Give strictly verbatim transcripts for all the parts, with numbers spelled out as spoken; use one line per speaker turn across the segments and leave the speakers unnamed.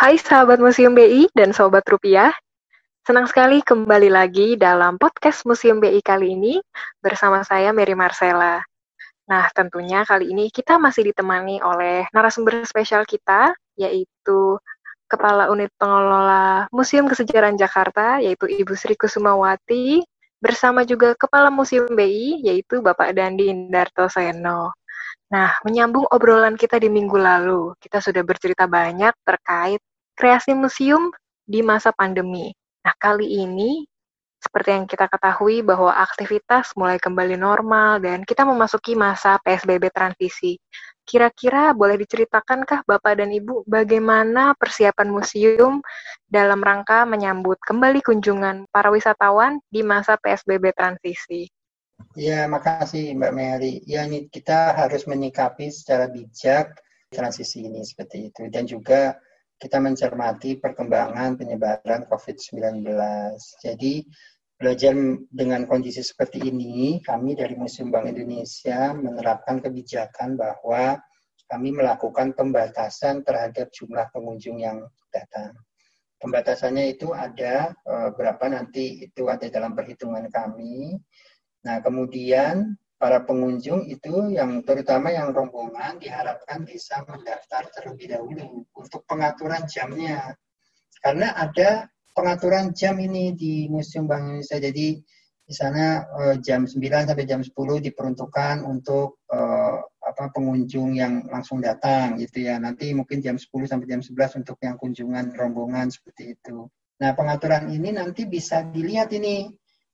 Hai sahabat Museum B I dan Sobat Rupiah, senang sekali kembali lagi dalam podcast Museum B I kali ini bersama saya Mary Marcella. Nah, tentunya kali ini kita masih ditemani oleh narasumber spesial kita, yaitu Kepala Unit Pengelola Museum Kesejaraan Jakarta, yaitu Ibu Sri Kusumawati, bersama juga Kepala Museum B I, yaitu Bapak Dandi Indarto Seno. Nah, menyambung obrolan kita di minggu lalu, kita sudah bercerita banyak terkait kreasi museum di masa pandemi. Nah, kali ini, seperti yang kita ketahui bahwa aktivitas mulai kembali normal dan kita memasuki masa P S B B transisi. Kira-kira boleh diceritakankah Bapak dan Ibu bagaimana persiapan museum dalam rangka menyambut kembali kunjungan para wisatawan di masa P S B B transisi?
Ya, makasih Mbak Mary. Ya, ini kita harus menyikapi secara bijak transisi ini seperti itu. Dan juga kita mencermati perkembangan penyebaran covid sembilan belas. Jadi, belajar dengan kondisi seperti ini, kami dari Museum Bank Indonesia menerapkan kebijakan bahwa kami melakukan pembatasan terhadap jumlah pengunjung yang datang. Pembatasannya itu ada, eh, berapa nanti itu ada dalam perhitungan kami. Nah, kemudian para pengunjung itu yang terutama yang rombongan diharapkan bisa mendaftar terlebih dahulu untuk pengaturan jamnya. Karena ada pengaturan jam ini di Museum Bank Indonesia. Jadi di sana eh, jam sembilan sampai jam sepuluh diperuntukkan untuk eh, apa pengunjung yang langsung datang gitu ya. Nanti mungkin jam sepuluh sampai jam sebelas untuk yang kunjungan rombongan seperti itu. Nah, pengaturan ini nanti bisa dilihat ini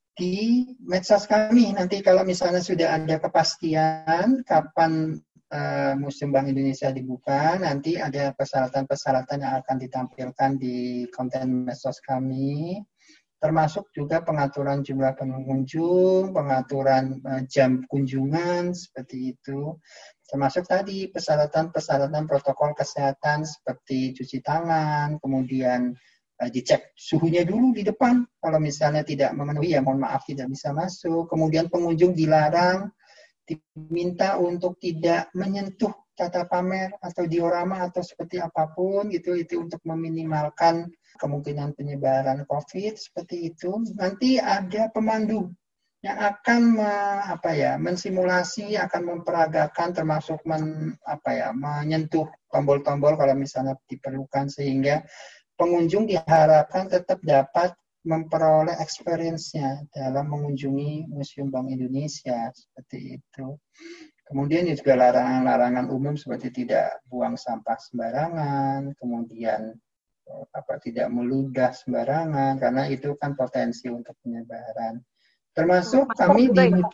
di medsos kami. Nanti kalau misalnya sudah ada kepastian kapan uh, Museum Bank Indonesia dibuka, nanti ada persyaratan-persyaratan yang akan ditampilkan di konten medsos kami, termasuk juga pengaturan jumlah pengunjung, pengaturan uh, jam kunjungan, seperti itu. Termasuk tadi persyaratan-persyaratan protokol kesehatan seperti cuci tangan, kemudian dicek suhunya dulu di depan. Kalau misalnya tidak memenuhi, ya mohon maaf tidak bisa masuk. Kemudian pengunjung dilarang, diminta untuk tidak menyentuh tata pamer atau diorama atau seperti apapun gitu. Itu untuk meminimalkan kemungkinan penyebaran COVID seperti itu. Nanti ada pemandu yang akan me, apa ya, mensimulasi, akan memperagakan termasuk men, apa ya, menyentuh tombol-tombol kalau misalnya diperlukan, sehingga pengunjung diharapkan tetap dapat memperoleh experience-nya dalam mengunjungi Museum Bank Indonesia, seperti itu. Kemudian juga larangan-larangan umum seperti tidak buang sampah sembarangan, kemudian apa tidak meludah sembarangan, karena itu kan potensi untuk penyebaran. Termasuk masker kami di ya?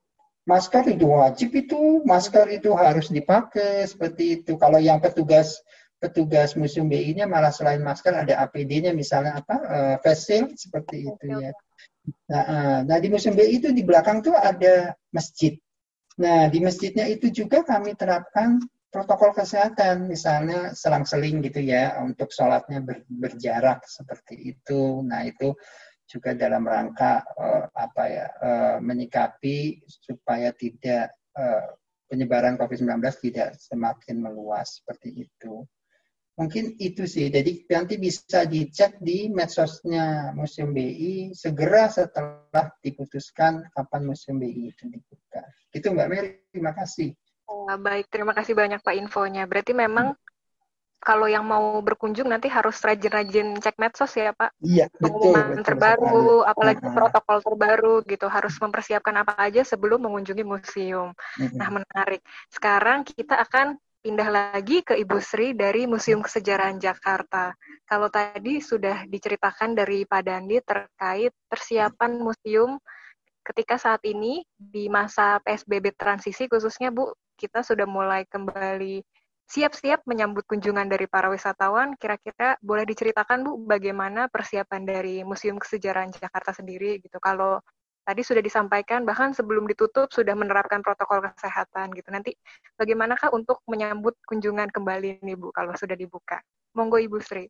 Masker itu wajib, itu masker itu harus dipakai seperti itu. Kalau yang petugas petugas Museum B I-nya malah selain masker ada A P D-nya, misalnya apa uh, face shield seperti itu ya. Nah, uh, nah di Museum B I itu di belakang tuh ada masjid. Nah di masjidnya itu juga kami terapkan protokol kesehatan, misalnya selang-seling gitu ya untuk sholatnya ber, berjarak seperti itu. Nah itu juga dalam rangka uh, apa ya uh, menyikapi supaya tidak uh, penyebaran covid sembilan belas tidak semakin meluas seperti itu. Mungkin itu sih. Jadi nanti bisa dicek di medsosnya Museum B I segera setelah diputuskan kapan Museum B I itu dibuka. Itu Mbak Mary, terima kasih.
Oh, baik, terima kasih banyak Pak infonya. Berarti memang hmm. kalau yang mau berkunjung nanti harus rajin-rajin cek medsos ya Pak?
Iya, betul.
Pengumuman
betul
terbaru,
sekali.
apalagi
uh-huh.
protokol terbaru gitu. Harus mempersiapkan apa aja sebelum mengunjungi museum. Uh-huh. Nah, menarik. Sekarang kita akan pindah lagi ke Ibu Sri dari Museum Kesejarahan Jakarta. Kalau tadi sudah diceritakan dari Pak Dandi terkait persiapan museum ketika saat ini di masa P S B B transisi khususnya Bu, kita sudah mulai kembali siap-siap menyambut kunjungan dari para wisatawan. Kira-kira boleh diceritakan Bu bagaimana persiapan dari Museum Kesejarahan Jakarta sendiri gitu. Kalau tadi sudah disampaikan bahkan sebelum ditutup sudah menerapkan protokol kesehatan gitu. Nanti bagaimanakah untuk menyambut kunjungan kembali nih Bu kalau sudah dibuka? Monggo Ibu Sri.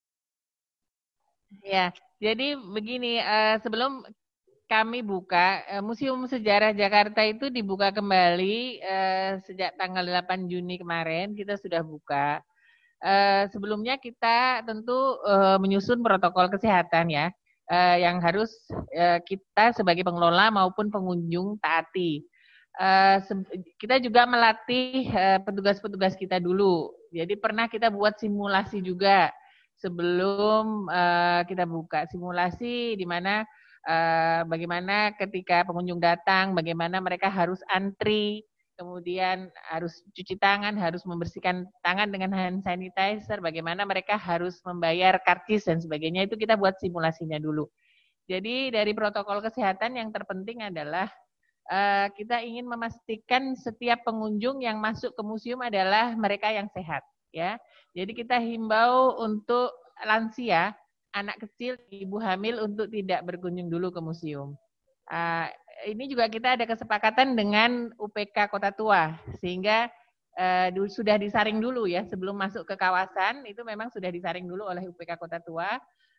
Ya, jadi begini, uh, sebelum kami buka, uh, Museum Sejarah Jakarta itu dibuka kembali uh, sejak tanggal delapan Juni kemarin, kita sudah buka. uh, sebelumnya kita tentu uh, menyusun protokol kesehatan ya, uh, yang harus uh, kita sebagai pengelola maupun pengunjung taati. Uh, kita juga melatih uh, petugas-petugas kita dulu. Jadi pernah kita buat simulasi juga sebelum uh, kita buka simulasi di mana uh, bagaimana ketika pengunjung datang, bagaimana mereka harus antri, kemudian harus cuci tangan, harus membersihkan tangan dengan hand sanitizer, bagaimana mereka harus membayar karcis dan sebagainya, itu kita buat simulasinya dulu. Jadi dari protokol kesehatan yang terpenting adalah Uh, kita ingin memastikan setiap pengunjung yang masuk ke museum adalah mereka yang sehat, ya. Jadi kita himbau untuk lansia, anak kecil, ibu hamil untuk tidak berkunjung dulu ke museum. Uh, ini juga kita ada kesepakatan dengan U P K Kota Tua, sehingga uh, sudah disaring dulu ya sebelum masuk ke kawasan, itu memang sudah disaring dulu oleh U P K Kota Tua.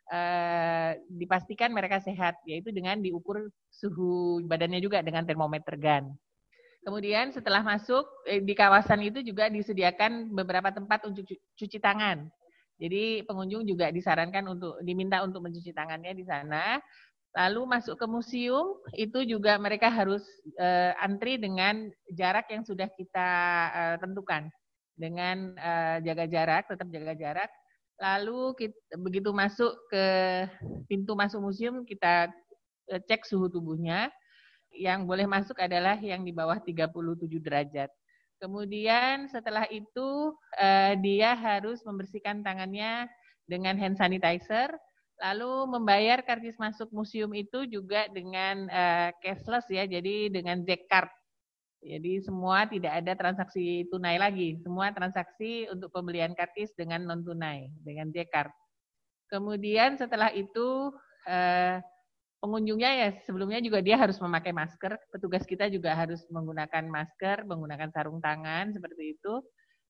Uh, dipastikan mereka sehat, yaitu dengan diukur suhu badannya juga dengan termometer gun. Kemudian setelah masuk eh, di kawasan itu juga disediakan beberapa tempat untuk cuci tangan. Jadi pengunjung juga disarankan untuk diminta untuk mencuci tangannya di sana. Lalu masuk ke museum itu juga mereka harus uh, antri dengan jarak yang sudah kita uh, tentukan, dengan uh, jaga jarak, tetap jaga jarak. Lalu kita, begitu masuk ke pintu masuk museum, kita cek suhu tubuhnya. Yang boleh masuk adalah yang di bawah tiga puluh tujuh derajat. Kemudian setelah itu eh, dia harus membersihkan tangannya dengan hand sanitizer. Lalu membayar karcis masuk museum itu juga dengan eh, cashless ya, jadi dengan Jack Card. Jadi semua tidak ada transaksi tunai lagi, semua transaksi untuk pembelian karcis dengan non tunai, dengan Jack Card. Kemudian setelah itu eh, pengunjungnya ya sebelumnya juga dia harus memakai masker, petugas kita juga harus menggunakan masker, menggunakan sarung tangan seperti itu.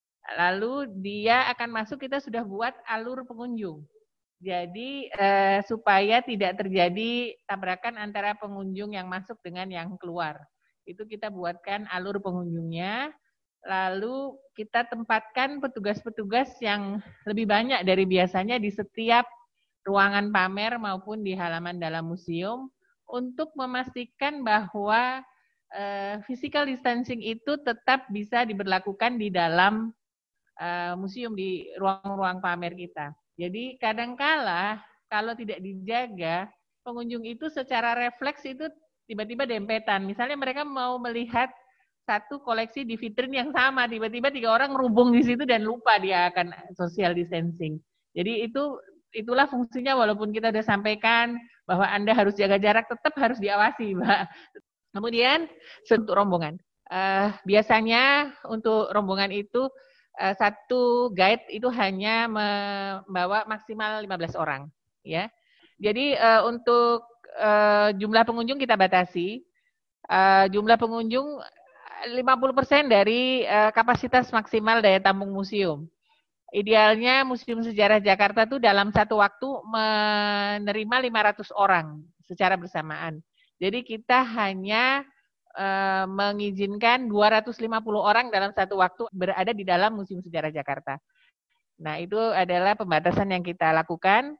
Lalu dia akan masuk, kita sudah buat alur pengunjung. Jadi eh, supaya tidak terjadi tabrakan antara pengunjung yang masuk dengan yang keluar. Itu kita buatkan alur pengunjungnya, lalu kita tempatkan petugas-petugas yang lebih banyak dari biasanya di setiap ruangan pamer maupun di halaman dalam museum untuk memastikan bahwa uh, physical distancing itu tetap bisa diberlakukan di dalam uh, museum, di ruang-ruang pamer kita. Jadi kadangkala kalau tidak dijaga, pengunjung itu secara refleks itu tiba-tiba dempetan. Misalnya mereka mau melihat satu koleksi di vitrin yang sama, tiba-tiba tiga orang ngerubung di situ dan lupa dia akan social distancing. Jadi itu itulah fungsinya, walaupun kita sudah sampaikan bahwa Anda harus jaga jarak, tetap harus diawasi, Mbak. Kemudian untuk rombongan. Uh, biasanya untuk rombongan itu uh, satu guide itu hanya membawa maksimal lima belas orang, ya. Jadi uh, untuk Uh, jumlah pengunjung kita batasi, uh, jumlah pengunjung lima puluh persen dari uh, kapasitas maksimal daya tampung museum. Idealnya Museum Sejarah Jakarta itu dalam satu waktu menerima lima ratus orang secara bersamaan. Jadi kita hanya uh, mengizinkan dua ratus lima puluh orang dalam satu waktu berada di dalam Museum Sejarah Jakarta. Nah, itu adalah pembatasan yang kita lakukan.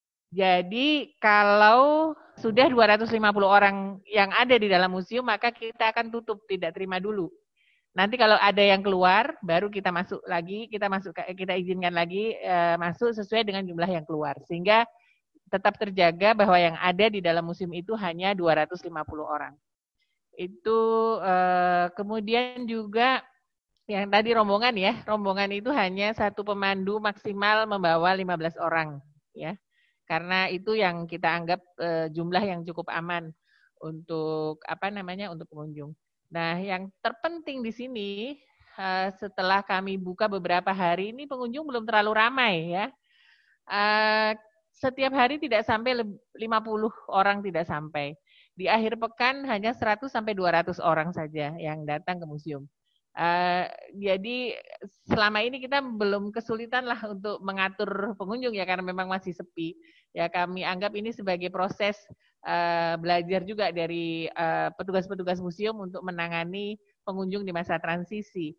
Jadi kalau sudah dua ratus lima puluh orang yang ada di dalam museum, maka kita akan tutup, tidak terima dulu. Nanti kalau ada yang keluar, baru kita masuk lagi, kita masuk, kita izinkan lagi eh, masuk sesuai dengan jumlah yang keluar, sehingga tetap terjaga bahwa yang ada di dalam museum itu hanya dua ratus lima puluh orang. Itu eh, kemudian juga yang tadi rombongan ya, rombongan itu hanya satu pemandu maksimal membawa lima belas orang, ya. Karena itu yang kita anggap e, jumlah yang cukup aman untuk apa namanya untuk pengunjung. Nah, yang terpenting di sini e, setelah kami buka beberapa hari ini pengunjung belum terlalu ramai ya. E, setiap hari tidak sampai lima puluh orang, tidak sampai. Di akhir pekan hanya seratus sampai dua ratus orang saja yang datang ke museum. Uh, jadi selama ini kita belum kesulitan lah untuk mengatur pengunjung ya, karena memang masih sepi. Ya kami anggap ini sebagai proses uh, belajar juga dari uh, petugas-petugas museum untuk menangani pengunjung di masa transisi.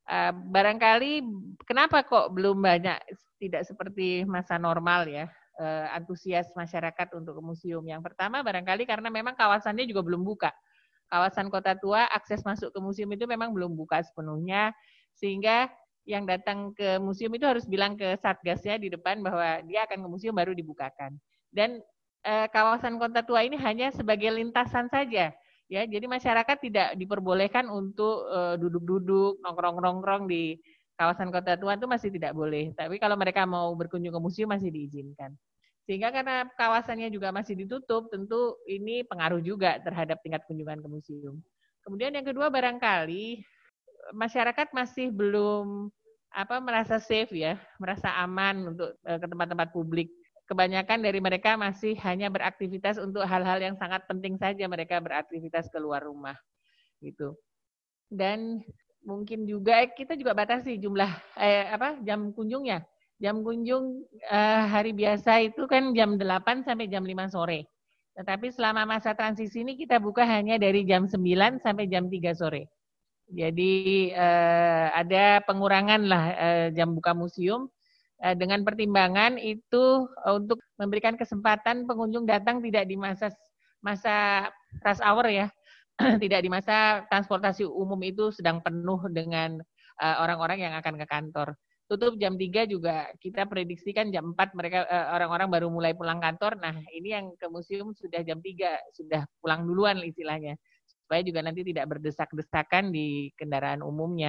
Uh, barangkali kenapa kok belum banyak, tidak seperti masa normal ya, uh, antusias masyarakat untuk ke museum. Yang pertama barangkali karena memang kawasannya juga belum buka. Kawasan Kota Tua, akses masuk ke museum itu memang belum buka sepenuhnya, sehingga yang datang ke museum itu harus bilang ke satgasnya di depan bahwa dia akan ke museum baru dibukakan. Dan eh, kawasan Kota Tua ini hanya sebagai lintasan saja, ya. Jadi masyarakat tidak diperbolehkan untuk eh, duduk-duduk, nongkrong-nongkrong di kawasan Kota Tua itu masih tidak boleh. Tapi kalau mereka mau berkunjung ke museum masih diizinkan. Sehingga karena kawasannya juga masih ditutup, tentu ini pengaruh juga terhadap tingkat kunjungan ke museum. Kemudian yang kedua barangkali masyarakat masih belum apa merasa safe ya, merasa aman untuk ke tempat-tempat publik. Kebanyakan dari mereka masih hanya beraktivitas untuk hal-hal yang sangat penting saja, mereka beraktivitas keluar rumah gitu. Dan mungkin juga kita juga batasi jumlah eh, apa jam kunjungnya. Jam kunjung eh, hari biasa itu kan jam delapan sampai jam lima sore. Tetapi selama masa transisi ini kita buka hanya dari jam sembilan sampai jam tiga sore. Jadi eh, ada pengurangan lah eh, jam buka museum eh, dengan pertimbangan itu eh, untuk memberikan kesempatan pengunjung datang tidak di masa masa rush hour ya, tidak di masa transportasi umum itu sedang penuh dengan uh, orang-orang yang akan ke kantor. Tutup jam tiga juga kita prediksikan jam empat mereka uh, orang-orang baru mulai pulang kantor. Nah, ini yang ke museum sudah jam tiga, sudah pulang duluan istilahnya. Supaya juga nanti tidak berdesak-desakan di kendaraan umumnya.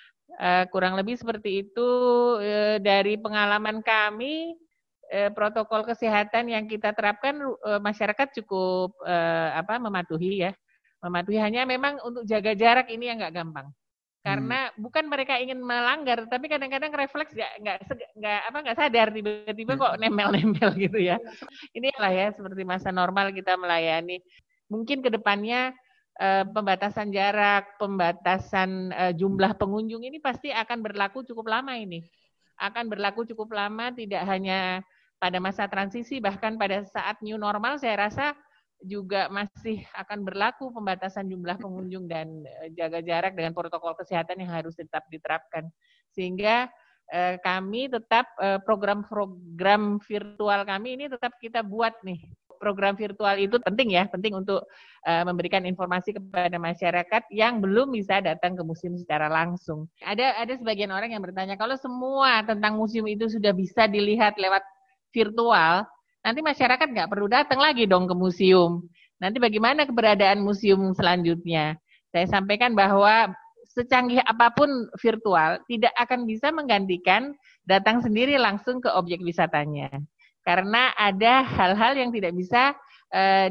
Uh, kurang lebih seperti itu uh, dari pengalaman kami. Protokol kesehatan yang kita terapkan masyarakat cukup uh, apa mematuhi ya. Mematuhi, hanya memang untuk jaga jarak ini yang nggak gampang. Karena hmm. bukan mereka ingin melanggar, tapi kadang-kadang refleks nggak nggak nggak apa nggak sadar tiba-tiba kok nempel-nempel gitu ya. Ini lah ya seperti masa normal kita melayani. Mungkin kedepannya eh, pembatasan jarak, pembatasan eh, jumlah pengunjung ini pasti akan berlaku cukup lama ini. Akan berlaku cukup lama, tidak hanya pada masa transisi, bahkan pada saat new normal saya rasa juga masih akan berlaku pembatasan jumlah pengunjung dan jaga jarak dengan protokol kesehatan yang harus tetap diterapkan. Sehingga eh, kami tetap eh, program-program virtual kami ini tetap kita buat nih. Program virtual itu penting ya, penting untuk uh, memberikan informasi kepada masyarakat yang belum bisa datang ke museum secara langsung. Ada ada sebagian orang yang bertanya, kalau semua tentang museum itu sudah bisa dilihat lewat virtual, nanti masyarakat nggak perlu datang lagi dong ke museum. Nanti bagaimana keberadaan museum selanjutnya? Saya sampaikan bahwa secanggih apapun virtual tidak akan bisa menggantikan datang sendiri langsung ke objek wisatanya. Karena ada hal-hal yang tidak bisa uh,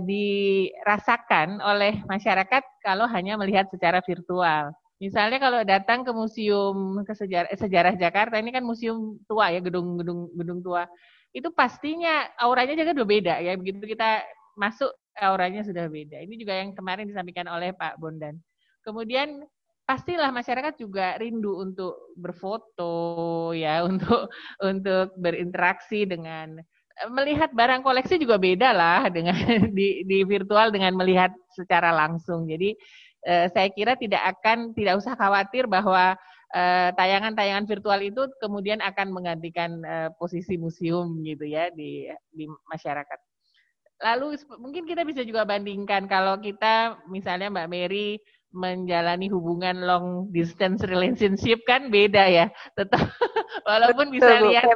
dirasakan oleh masyarakat kalau hanya melihat secara virtual. Misalnya kalau datang ke museum ke sejarah, sejarah Jakarta, ini kan museum tua ya, gedung-gedung gedung tua. Itu pastinya auranya juga udah beda ya. Begitu kita masuk, auranya sudah beda. Ini juga yang kemarin disampaikan oleh Pak Bondan. Kemudian pastilah masyarakat juga rindu untuk berfoto ya, untuk untuk berinteraksi dengan melihat barang koleksi juga beda lah dengan di, di virtual dengan melihat secara langsung. Jadi eh, saya kira tidak akan tidak usah khawatir bahwa eh, tayangan-tayangan virtual itu kemudian akan menggantikan eh, posisi museum gitu ya di di masyarakat. Lalu mungkin kita bisa juga bandingkan kalau kita misalnya Mbak Mary menjalani hubungan long distance relationship kan beda ya. Tetap walaupun bisa Betul, lihat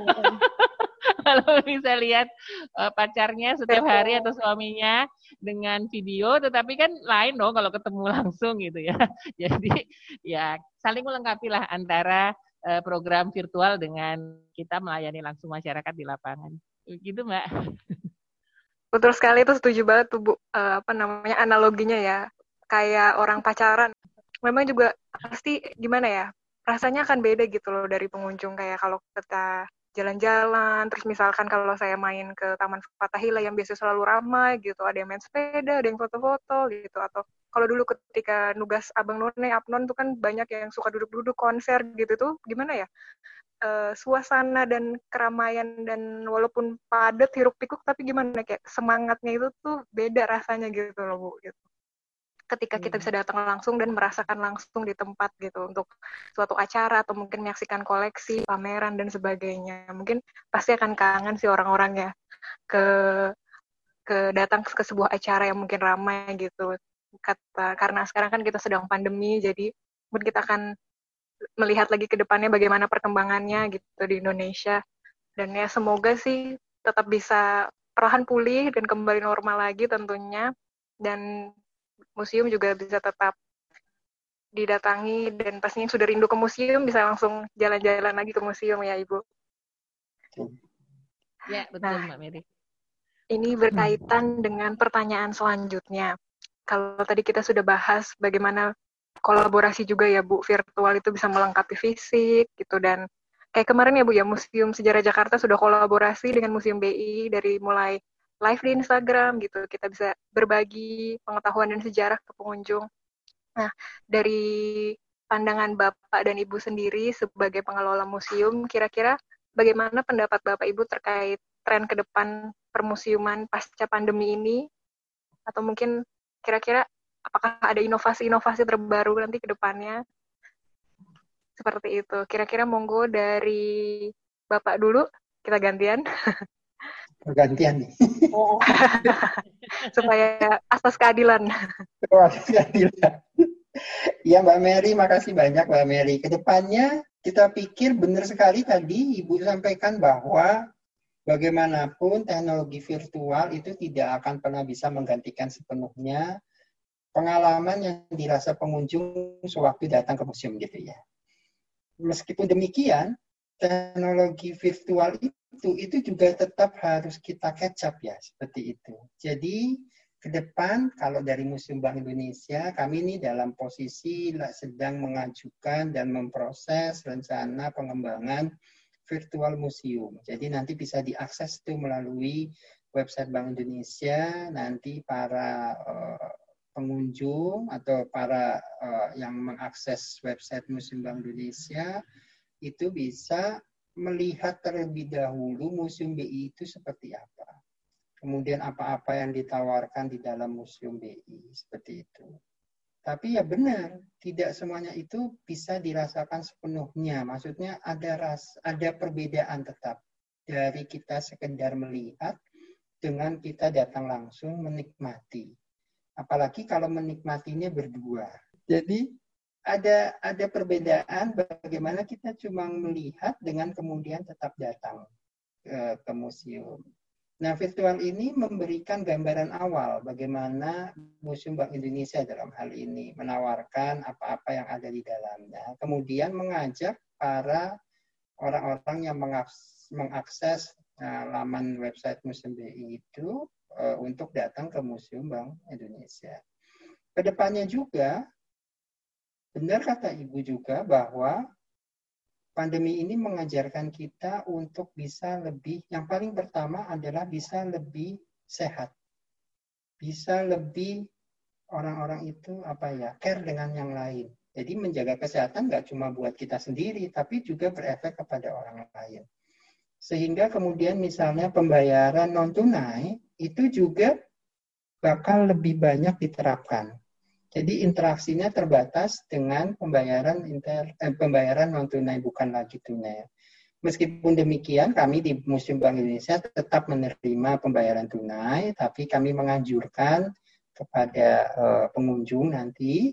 walaupun bisa lihat uh, pacarnya setiap hari atau suaminya dengan video, tetapi kan lain dong kalau ketemu langsung gitu ya. Jadi ya saling melengkapi lah antara uh, program virtual dengan kita melayani langsung masyarakat di lapangan. Gitu Mbak.
Betul sekali, itu setuju banget tuh Bu. Uh, apa namanya analoginya ya. Kayak orang pacaran, memang juga pasti gimana ya, rasanya akan beda gitu loh dari pengunjung. Kayak kalau kita jalan-jalan, terus misalkan kalau saya main ke Taman Fathahillah yang biasa selalu ramai gitu, ada yang main sepeda, ada yang foto-foto gitu, atau kalau dulu ketika nugas Abang None, Apnon tuh kan banyak yang suka duduk-duduk konser gitu tuh, gimana ya, uh, suasana dan keramaian dan walaupun padat, hiruk-pikuk, tapi gimana kayak semangatnya itu tuh beda rasanya gitu loh Bu, gitu. ketika kita
Hmm.
bisa datang langsung dan merasakan langsung di tempat gitu untuk suatu acara atau mungkin menyaksikan koleksi, pameran dan sebagainya. Mungkin pasti akan kangen sih orang-orang ya ke ke datang ke sebuah acara yang mungkin ramai gitu. Kata karena sekarang kan kita sedang pandemi, jadi mungkin kita akan melihat lagi ke depannya bagaimana perkembangannya gitu di Indonesia. Dan ya semoga sih tetap bisa perlahan pulih dan kembali normal lagi tentunya. Dan museum juga bisa tetap didatangi dan pastinya yang sudah rindu ke museum bisa langsung jalan-jalan lagi ke museum ya Ibu.
Ya, betul
Nah,
Mbak Mary.
ini berkaitan dengan pertanyaan selanjutnya. Kalau tadi kita sudah bahas bagaimana kolaborasi juga ya Bu, virtual itu bisa melengkapi fisik gitu dan kayak kemarin ya Bu ya, Museum Sejarah Jakarta sudah kolaborasi dengan Museum B I dari mulai live di Instagram gitu, kita bisa berbagi pengetahuan dan sejarah ke pengunjung. Nah, dari pandangan Bapak dan Ibu sendiri sebagai pengelola museum, kira-kira bagaimana pendapat Bapak Ibu terkait tren ke depan permusiuman pasca pandemi ini? Atau mungkin kira-kira apakah ada inovasi-inovasi terbaru nanti ke depannya? Seperti itu. Kira-kira monggo dari Bapak dulu, kita gantian.
Pergantian nih.
Supaya asas keadilan.
Keadilan. Ya Mbak Mary, makasih banyak Mbak Mary. Kedepannya kita pikir benar sekali tadi Ibu sampaikan bahwa bagaimanapun teknologi virtual itu tidak akan pernah bisa menggantikan sepenuhnya pengalaman yang dirasa pengunjung sewaktu datang ke museum gitu ya. Meskipun demikian, teknologi virtual itu itu juga tetap harus kita catch up ya, seperti itu. Jadi ke depan kalau dari Museum Bank Indonesia, kami ini dalam posisi sedang mengajukan dan memproses rencana pengembangan virtual museum. Jadi nanti bisa diakses itu melalui website Bank Indonesia, nanti para uh, pengunjung atau para uh, yang mengakses website Museum Bank Indonesia itu bisa melihat terlebih dahulu Museum B I itu seperti apa. Kemudian apa-apa yang ditawarkan di dalam Museum B I, seperti itu. Tapi ya benar, tidak semuanya itu bisa dirasakan sepenuhnya. Maksudnya ada ras, ada perbedaan tetap dari kita sekedar melihat dengan kita datang langsung menikmati. Apalagi kalau menikmatinya berdua. Jadi ada ada perbedaan bagaimana kita cuma melihat dengan kemudian tetap datang ke, ke museum. Nah, virtual ini memberikan gambaran awal bagaimana Museum Bank Indonesia dalam hal ini menawarkan apa-apa yang ada di dalamnya. Kemudian mengajak para orang-orang yang mengakses uh, laman website Museum B I itu uh, untuk datang ke Museum Bank Indonesia. Kedepannya juga, benar kata Ibu juga bahwa pandemi ini mengajarkan kita untuk bisa lebih, yang paling pertama adalah bisa lebih sehat. Bisa lebih orang-orang itu apa ya, care dengan yang lain. Jadi menjaga kesehatan nggak cuma buat kita sendiri, tapi juga berefek kepada orang lain. Sehingga kemudian misalnya pembayaran non-tunai itu juga bakal lebih banyak diterapkan. Jadi interaksinya terbatas dengan pembayaran inter, eh, pembayaran non tunai, bukan lagi tunai. Meskipun demikian, kami di Museum Bank Indonesia tetap menerima pembayaran tunai, tapi kami menganjurkan kepada uh, pengunjung nanti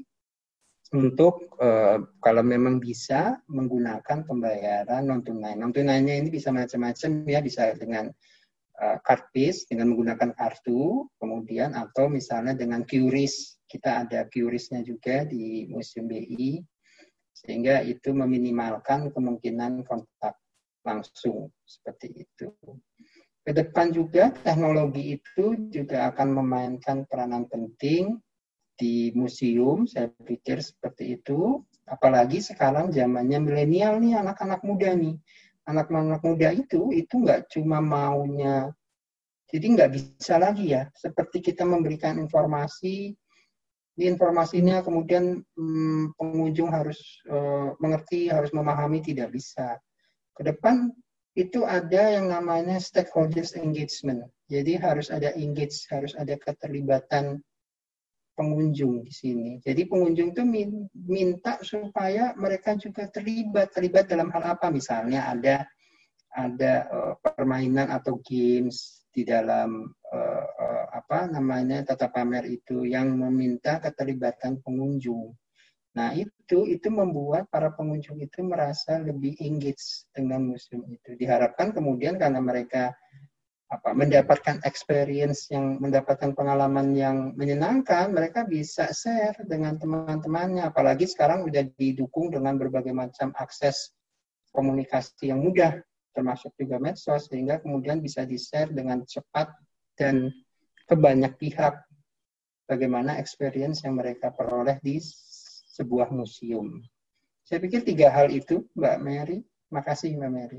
untuk uh, kalau memang bisa menggunakan pembayaran non tunai. Non tunainya ini bisa macam-macam ya, bisa dengan uh, card base dengan menggunakan kartu, kemudian atau misalnya dengan Q R I S. Kita ada Q R I S-nya juga di Museum B I, sehingga itu meminimalkan kemungkinan kontak langsung seperti itu. Ke depan juga teknologi itu juga akan memainkan peranan penting di museum, saya pikir seperti itu. Apalagi sekarang zamannya milenial nih, anak-anak muda nih. Anak-anak muda itu itu nggak cuma maunya, jadi nggak bisa lagi ya, seperti kita memberikan informasi, di informasinya kemudian hmm, pengunjung harus uh, mengerti, harus memahami, tidak bisa. Ke depan itu ada yang namanya stakeholders engagement. Jadi harus ada engage, harus ada keterlibatan pengunjung di sini. Jadi pengunjung itu minta supaya mereka juga terlibat, terlibat dalam hal apa? Misalnya ada ada uh, permainan atau games di dalam uh, uh, apa namanya tata pamer itu yang meminta keterlibatan pengunjung. Nah, itu itu membuat para pengunjung itu merasa lebih engage dengan museum itu. Diharapkan kemudian karena mereka apa mendapatkan experience yang mendapatkan pengalaman yang menyenangkan, mereka bisa share dengan teman-temannya. Apalagi sekarang sudah didukung dengan berbagai macam akses komunikasi yang mudah, termasuk juga medsos, sehingga kemudian bisa di-share dengan cepat dan ke banyak pihak bagaimana experience yang mereka peroleh di sebuah museum. Saya pikir tiga hal itu, Mbak Mary. Makasih, Mbak Mary.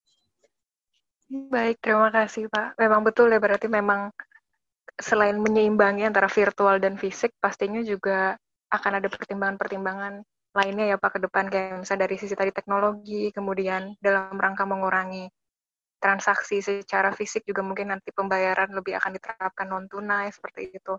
Baik, terima kasih, Pak. Memang betul ya, berarti memang selain menyeimbangi antara virtual dan fisik, pastinya juga akan ada pertimbangan-pertimbangan lainnya ya, Pak, ke depan. Kayak misalnya dari sisi tadi teknologi, kemudian dalam rangka mengurangi transaksi secara fisik juga mungkin nanti pembayaran lebih akan diterapkan non-tunai, seperti itu.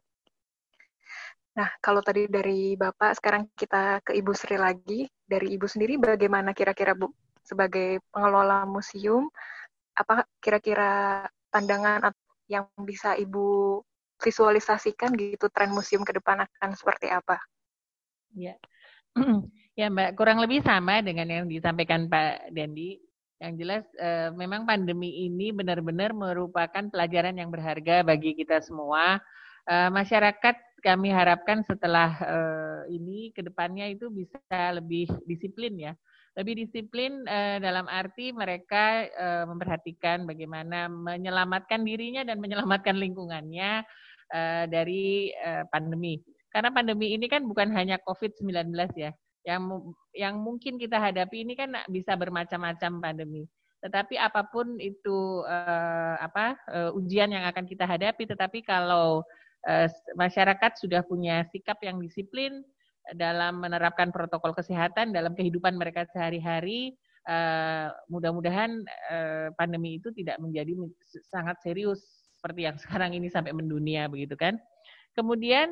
Nah, kalau tadi dari Bapak, sekarang kita ke Ibu Sri lagi. Dari Ibu sendiri, bagaimana kira-kira, Bu, sebagai pengelola museum, apa kira-kira pandangan yang bisa Ibu visualisasikan gitu, tren museum ke depan akan seperti apa?
Ya, ya Mbak, kurang lebih sama dengan yang disampaikan Pak Dendi. Yang jelas, eh, memang pandemi ini benar-benar merupakan pelajaran yang berharga bagi kita semua. Uh, masyarakat kami harapkan setelah uh, ini ke depannya itu bisa lebih disiplin ya. Lebih disiplin uh, dalam arti mereka uh, memperhatikan bagaimana menyelamatkan dirinya dan menyelamatkan lingkungannya uh, dari uh, pandemi. Karena pandemi ini kan bukan hanya covid sembilan belas ya. Yang yang mungkin kita hadapi ini kan bisa bermacam-macam pandemi. Tetapi apapun itu uh, apa uh, ujian yang akan kita hadapi, tetapi kalau masyarakat sudah punya sikap yang disiplin dalam menerapkan protokol kesehatan dalam kehidupan mereka sehari-hari, mudah-mudahan pandemi itu tidak menjadi sangat serius seperti yang sekarang ini sampai mendunia begitu kan. Kemudian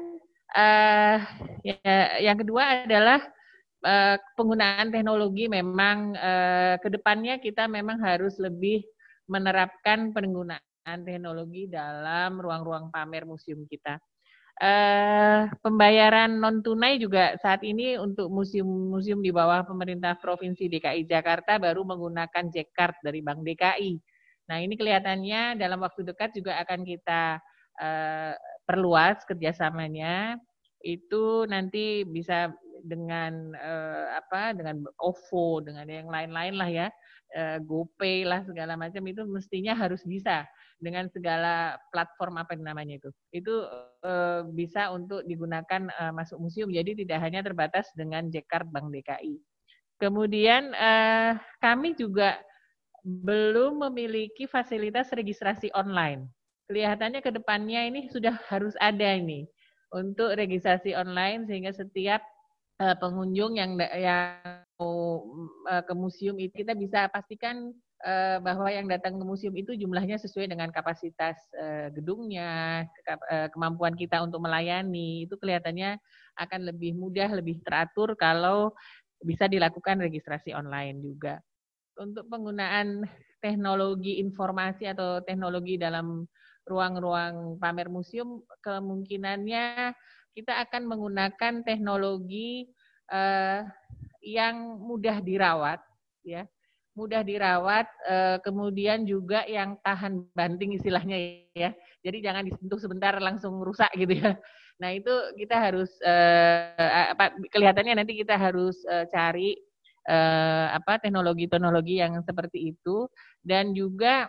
yang kedua adalah penggunaan teknologi. Memang kedepannya kita memang harus lebih menerapkan penggunaan teknologi dalam ruang-ruang pamer museum kita. Uh, pembayaran non tunai juga saat ini untuk museum-museum di bawah pemerintah Provinsi D K I Jakarta baru menggunakan J-Card dari Bank D K I. Nah, ini kelihatannya dalam waktu dekat juga akan kita uh, perluas kerjasamanya. Itu nanti bisa dengan uh, apa? Dengan O V O, dengan yang lain-lain lah ya, uh, GoPay lah segala macam itu mestinya harus bisa. Dengan segala platform apa namanya itu, itu e, bisa untuk digunakan e, masuk museum. Jadi tidak hanya terbatas dengan J-Card Bank D K I. Kemudian e, kami juga belum memiliki fasilitas registrasi online. Kelihatannya ke depannya ini sudah harus ada ini untuk registrasi online sehingga setiap e, pengunjung yang yang mau e, ke museum itu kita bisa pastikan bahwa yang datang ke museum itu jumlahnya sesuai dengan kapasitas uh, gedungnya, ke, uh, kemampuan kita untuk melayani, itu kelihatannya akan lebih mudah, lebih teratur kalau bisa dilakukan registrasi online juga. Untuk penggunaan teknologi informasi atau teknologi dalam ruang-ruang pamer museum, kemungkinannya kita akan menggunakan teknologi uh, yang mudah dirawat, ya. mudah dirawat, kemudian juga yang tahan banting istilahnya ya. Jadi jangan disentuh sebentar langsung rusak gitu ya. Nah itu kita harus apa kelihatannya nanti kita harus cari apa teknologi-teknologi yang seperti itu, dan juga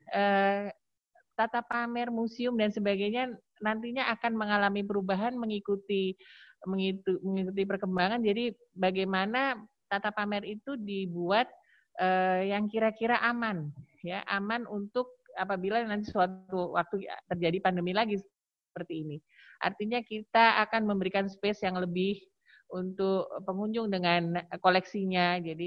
tata pamer museum dan sebagainya nantinya akan mengalami perubahan mengikuti mengikuti, mengikuti perkembangan. Jadi bagaimana tata pamer itu dibuat Uh, yang kira-kira aman, ya aman untuk apabila nanti suatu waktu terjadi pandemi lagi seperti ini. Artinya kita akan memberikan space yang lebih untuk pengunjung dengan koleksinya. Jadi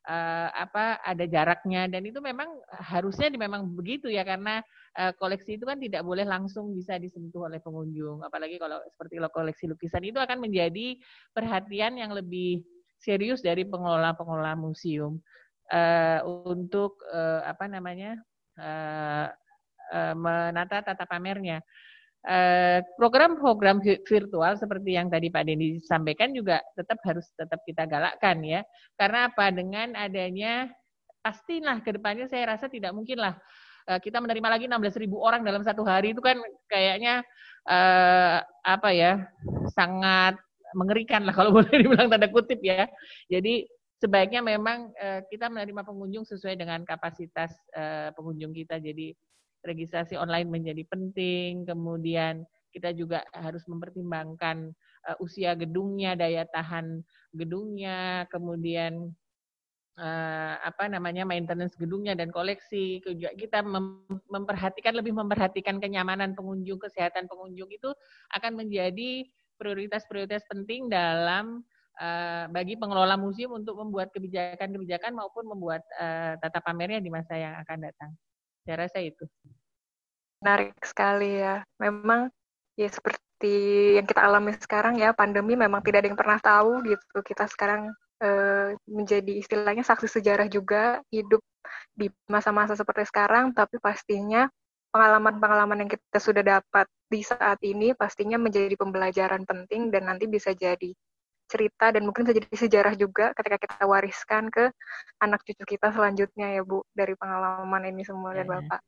uh, apa ada jaraknya, dan itu memang harusnya memang begitu ya, karena uh, koleksi itu kan tidak boleh langsung bisa disentuh oleh pengunjung, apalagi kalau seperti koleksi lukisan itu akan menjadi perhatian yang lebih serius dari pengelola-pengelola museum uh, untuk uh, apa namanya uh, uh, menata tata pamernya. Uh, program-program virtual seperti yang tadi Pak Denny sampaikan juga tetap harus tetap kita galakkan ya. Karena apa? Dengan adanya pastilah ke depannya saya rasa tidak mungkin lah uh, kita menerima lagi enam belas ribu orang dalam satu hari, itu kan kayaknya uh, apa ya, sangat mengerikan lah kalau boleh dibilang tanda kutip ya. Jadi sebaiknya memang uh, kita menerima pengunjung sesuai dengan kapasitas uh, pengunjung kita. Jadi registrasi online menjadi penting, kemudian kita juga harus mempertimbangkan uh, usia gedungnya, daya tahan gedungnya, kemudian uh, apa namanya maintenance gedungnya dan koleksi. Juga kita mem memperhatikan lebih memperhatikan kenyamanan pengunjung, kesehatan pengunjung, itu akan menjadi prioritas-prioritas penting dalam uh, bagi pengelola museum untuk membuat kebijakan-kebijakan maupun membuat uh, tata pamernya di masa yang akan datang. Saya rasa itu.
Menarik sekali ya. Memang ya seperti yang kita alami sekarang ya, pandemi memang tidak ada yang pernah tahu gitu. Kita sekarang eh, menjadi istilahnya saksi sejarah juga hidup di masa-masa seperti sekarang, tapi pastinya pengalaman-pengalaman yang kita sudah dapat di saat ini pastinya menjadi pembelajaran penting dan nanti bisa jadi cerita dan mungkin bisa jadi sejarah juga ketika kita wariskan ke anak cucu kita selanjutnya ya Bu, dari pengalaman ini semua dan Bapak.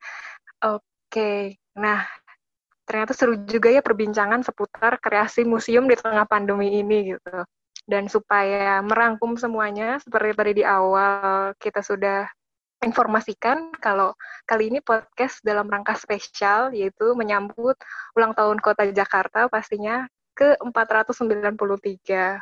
Oke, nah ternyata seru juga ya perbincangan seputar kreasi museum di tengah pandemi ini gitu. Dan supaya merangkum semuanya, seperti tadi di awal kita sudah informasikan kalau kali ini podcast dalam rangka spesial, yaitu menyambut ulang tahun Kota Jakarta pastinya ke empat ratus sembilan puluh tiga.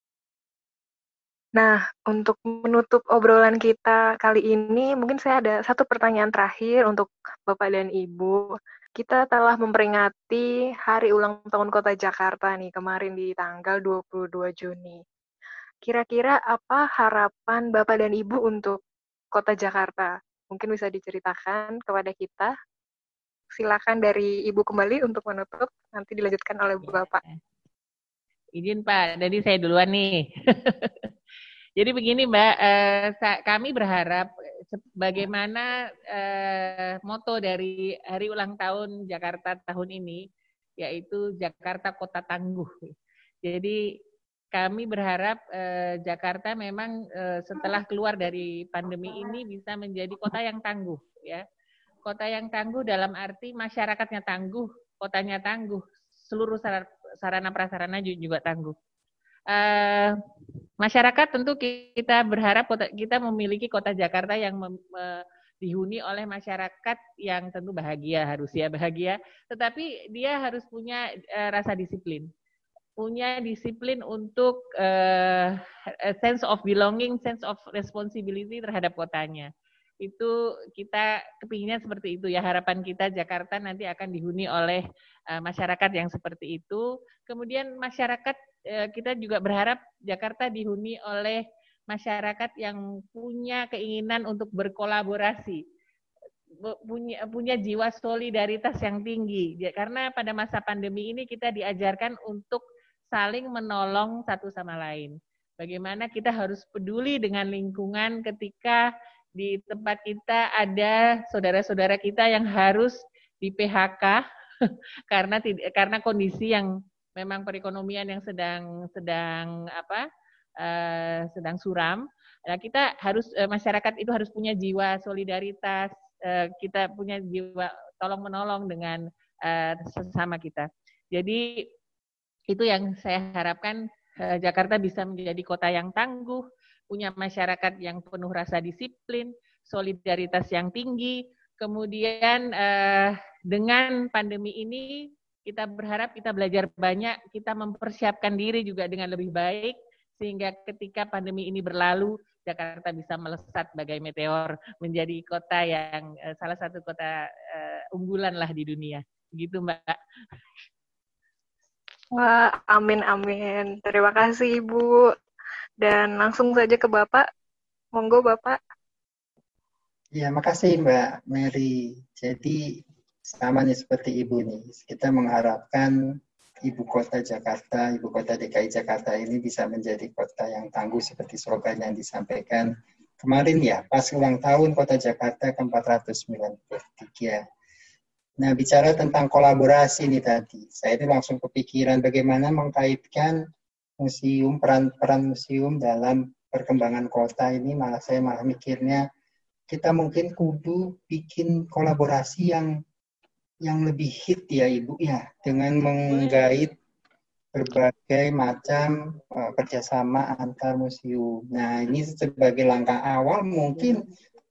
Nah, untuk menutup obrolan kita kali ini, mungkin saya ada satu pertanyaan terakhir untuk Bapak dan Ibu. Kita telah memperingati Hari Ulang Tahun Kota Jakarta nih, kemarin di tanggal dua puluh dua Juni. Kira-kira apa harapan Bapak dan Ibu untuk Kota Jakarta? Mungkin bisa diceritakan kepada kita. Silakan dari Ibu kembali untuk menutup, nanti dilanjutkan oleh Bapak.
Izin Pak, jadi saya duluan nih. Jadi begini Mbak, eh, kami berharap bagaimana eh, moto dari Hari Ulang Tahun Jakarta tahun ini, yaitu Jakarta Kota Tangguh. Jadi kami berharap eh, Jakarta memang eh, setelah keluar dari pandemi ini bisa menjadi kota yang tangguh, ya. Kota yang tangguh dalam arti masyarakatnya tangguh, kotanya tangguh, seluruh sarana prasarana juga tangguh. Uh, masyarakat tentu kita berharap kota, kita memiliki kota Jakarta yang mem, me, dihuni oleh masyarakat yang tentu bahagia, harus ya bahagia, tetapi dia harus punya uh, rasa disiplin, punya disiplin untuk uh, sense of belonging, sense of responsibility terhadap kotanya. Itu kita kepinginnya seperti itu ya, harapan kita Jakarta nanti akan dihuni oleh uh, masyarakat yang seperti itu. Kemudian masyarakat kita juga berharap Jakarta dihuni oleh masyarakat yang punya keinginan untuk berkolaborasi, punya punya jiwa solidaritas yang tinggi. Karena pada masa pandemi ini kita diajarkan untuk saling menolong satu sama lain. Bagaimana kita harus peduli dengan lingkungan ketika di tempat kita ada saudara-saudara kita yang harus di P H K karena karena kondisi yang memang perekonomian yang sedang sedang apa uh, sedang suram. Nah, kita harus uh, masyarakat itu harus punya jiwa solidaritas, uh, kita punya jiwa tolong menolong dengan uh, sesama kita. Jadi itu yang saya harapkan, uh, Jakarta bisa menjadi kota yang tangguh, punya masyarakat yang penuh rasa disiplin, solidaritas yang tinggi. Kemudian uh, dengan pandemi ini kita berharap kita belajar banyak, kita mempersiapkan diri juga dengan lebih baik, sehingga ketika pandemi ini berlalu, Jakarta bisa melesat bagai meteor, menjadi kota yang salah satu kota uh, unggulan lah di dunia. Gitu Mbak.
Wah, amin, amin. Terima kasih Ibu. Dan langsung saja ke Bapak, Monggo Bapak.
Ya, makasih Mbak Mary. Jadi sama nih seperti Ibu nih. Kita mengharapkan Ibu Kota Jakarta, Ibu Kota D K I Jakarta ini bisa menjadi kota yang tangguh seperti slogan yang disampaikan kemarin ya, pas ulang tahun Kota Jakarta ke empat ratus sembilan puluh tiga. Nah, bicara tentang kolaborasi nih tadi, saya itu langsung kepikiran bagaimana mengkaitkan museum, peran-peran museum dalam perkembangan kota ini, malah saya malah mikirnya kita mungkin kudu bikin kolaborasi yang yang lebih hit ya Ibu ya, dengan menggait berbagai macam uh, kerjasama antar museum. Nah, ini sebagai langkah awal mungkin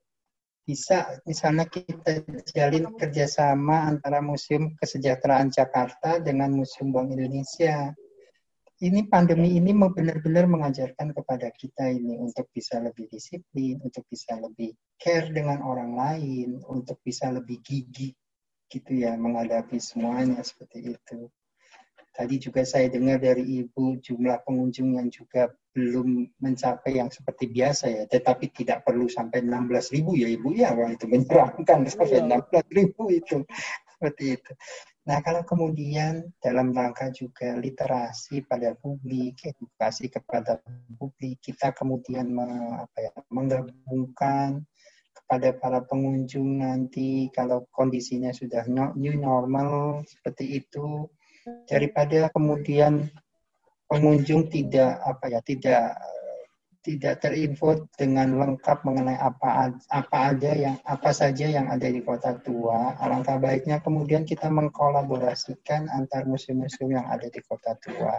bisa misalnya kita jalin kerjasama antara Museum Kesejahteraan Jakarta dengan Museum Bank Indonesia. Ini pandemi ini mau benar-benar mengajarkan kepada kita ini untuk bisa lebih disiplin, untuk bisa lebih care dengan orang lain, untuk bisa lebih gigih gitu ya menghadapi semuanya seperti itu. Tadi juga saya dengar dari Ibu jumlah pengunjung yang juga belum mencapai yang seperti biasa ya, tetapi tidak perlu sampai enam belas ribu ya Ibu ya, wah itu menyeramkan sampai enam belas ribu itu seperti itu. Nah, kalau kemudian dalam rangka juga literasi pada publik, edukasi kepada publik, kita kemudian apa ya, menggabungkan kepada para pengunjung nanti kalau kondisinya sudah new normal seperti itu, daripada kemudian pengunjung tidak apa ya tidak tidak terinfo dengan lengkap mengenai apa apa aja yang apa saja yang ada di Kota Tua. Alangkah baiknya kemudian kita mengkolaborasikan antar museum-museum yang ada di Kota Tua.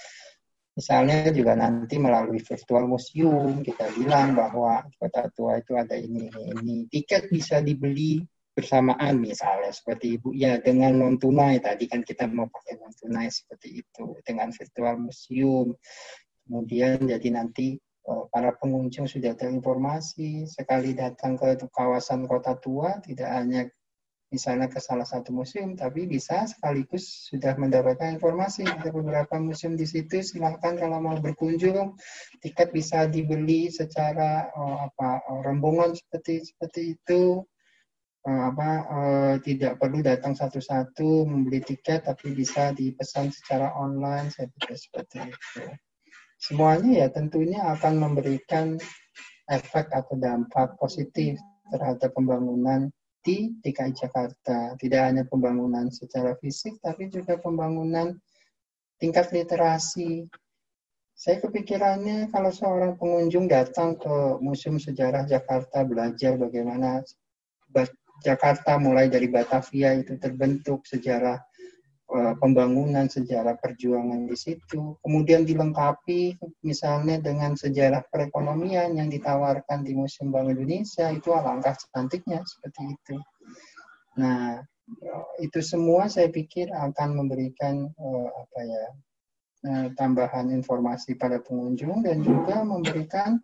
Misalnya juga nanti melalui virtual museum kita bilang bahwa Kota Tua itu ada ini ini ini. Tiket bisa dibeli bersamaan misalnya seperti Ibu ya dengan non tunai, tadi kan kita mau pakai non tunai seperti itu dengan virtual museum. Kemudian jadi nanti para pengunjung sudah terinformasi sekali datang ke kawasan Kota Tua, tidak hanya misalnya ke salah satu museum, tapi bisa sekaligus sudah mendapatkan informasi ada beberapa museum di situ. Silakan kalau mau berkunjung, tiket bisa dibeli secara oh, apa oh, rombongan seperti seperti itu. Oh, apa oh, tidak perlu datang satu-satu membeli tiket, tapi bisa dipesan secara online, saya pikir seperti itu. Semuanya ya tentunya akan memberikan efek atau dampak positif terhadap pembangunan di D K I Jakarta. Tidak hanya pembangunan secara fisik, tapi juga pembangunan tingkat literasi. Saya kepikirannya kalau seorang pengunjung datang ke Museum Sejarah Jakarta, belajar bagaimana Jakarta mulai dari Batavia itu terbentuk, sejarah pembangunan, sejarah perjuangan di situ. Kemudian dilengkapi misalnya dengan sejarah perekonomian yang ditawarkan di Museum Bank Indonesia, itu alangkah cantiknya seperti itu. Nah, itu semua saya pikir akan memberikan uh, apa ya uh, tambahan informasi pada pengunjung dan juga memberikan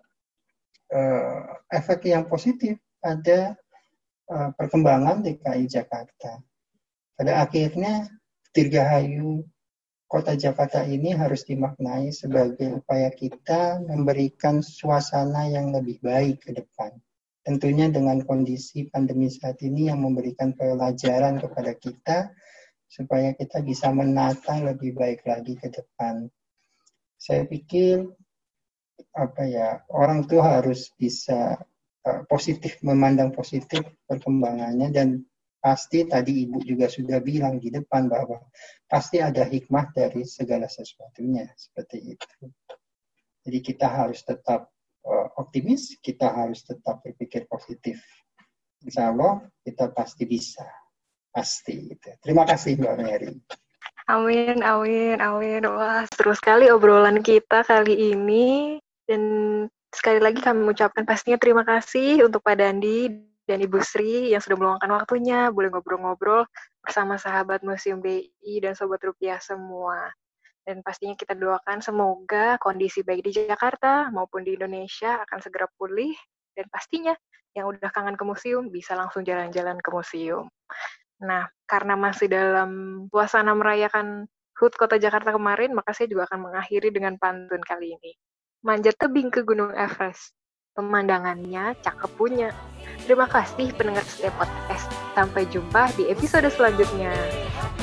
uh, efek yang positif pada uh, perkembangan D K I Jakarta. Pada akhirnya Dirgahayu Kota Jakarta ini harus dimaknai sebagai upaya kita memberikan suasana yang lebih baik ke depan. Tentunya dengan kondisi pandemi saat ini yang memberikan pelajaran kepada kita supaya kita bisa menata lebih baik lagi ke depan. Saya pikir apa ya, orang tua harus bisa uh, positif, memandang positif perkembangannya, dan pasti tadi Ibu juga sudah bilang di depan bahwa pasti ada hikmah dari segala sesuatunya seperti itu. Jadi kita harus tetap uh, optimis, kita harus tetap berpikir positif. Insya Allah kita pasti bisa, pasti. Gitu. Terima kasih Mbak Mary.
Amin, amin, amin. Wah, seru sekali obrolan kita kali ini. Dan sekali lagi kami mengucapkan pastinya terima kasih untuk Pak Dandi dan Ibu Sri yang sudah meluangkan waktunya, boleh ngobrol-ngobrol bersama sahabat Museum B I dan Sobat Rupiah semua. Dan pastinya kita doakan semoga kondisi baik di Jakarta maupun di Indonesia akan segera pulih, dan pastinya yang udah kangen ke museum bisa langsung jalan-jalan ke museum. Nah, karena masih dalam suasana merayakan H U T Kota Jakarta kemarin, maka saya juga akan mengakhiri dengan pantun kali ini. Manjat tebing ke Gunung Everest, pemandangannya cakep punya. Terima kasih pendengar setiap podcast. Sampai jumpa di episode selanjutnya.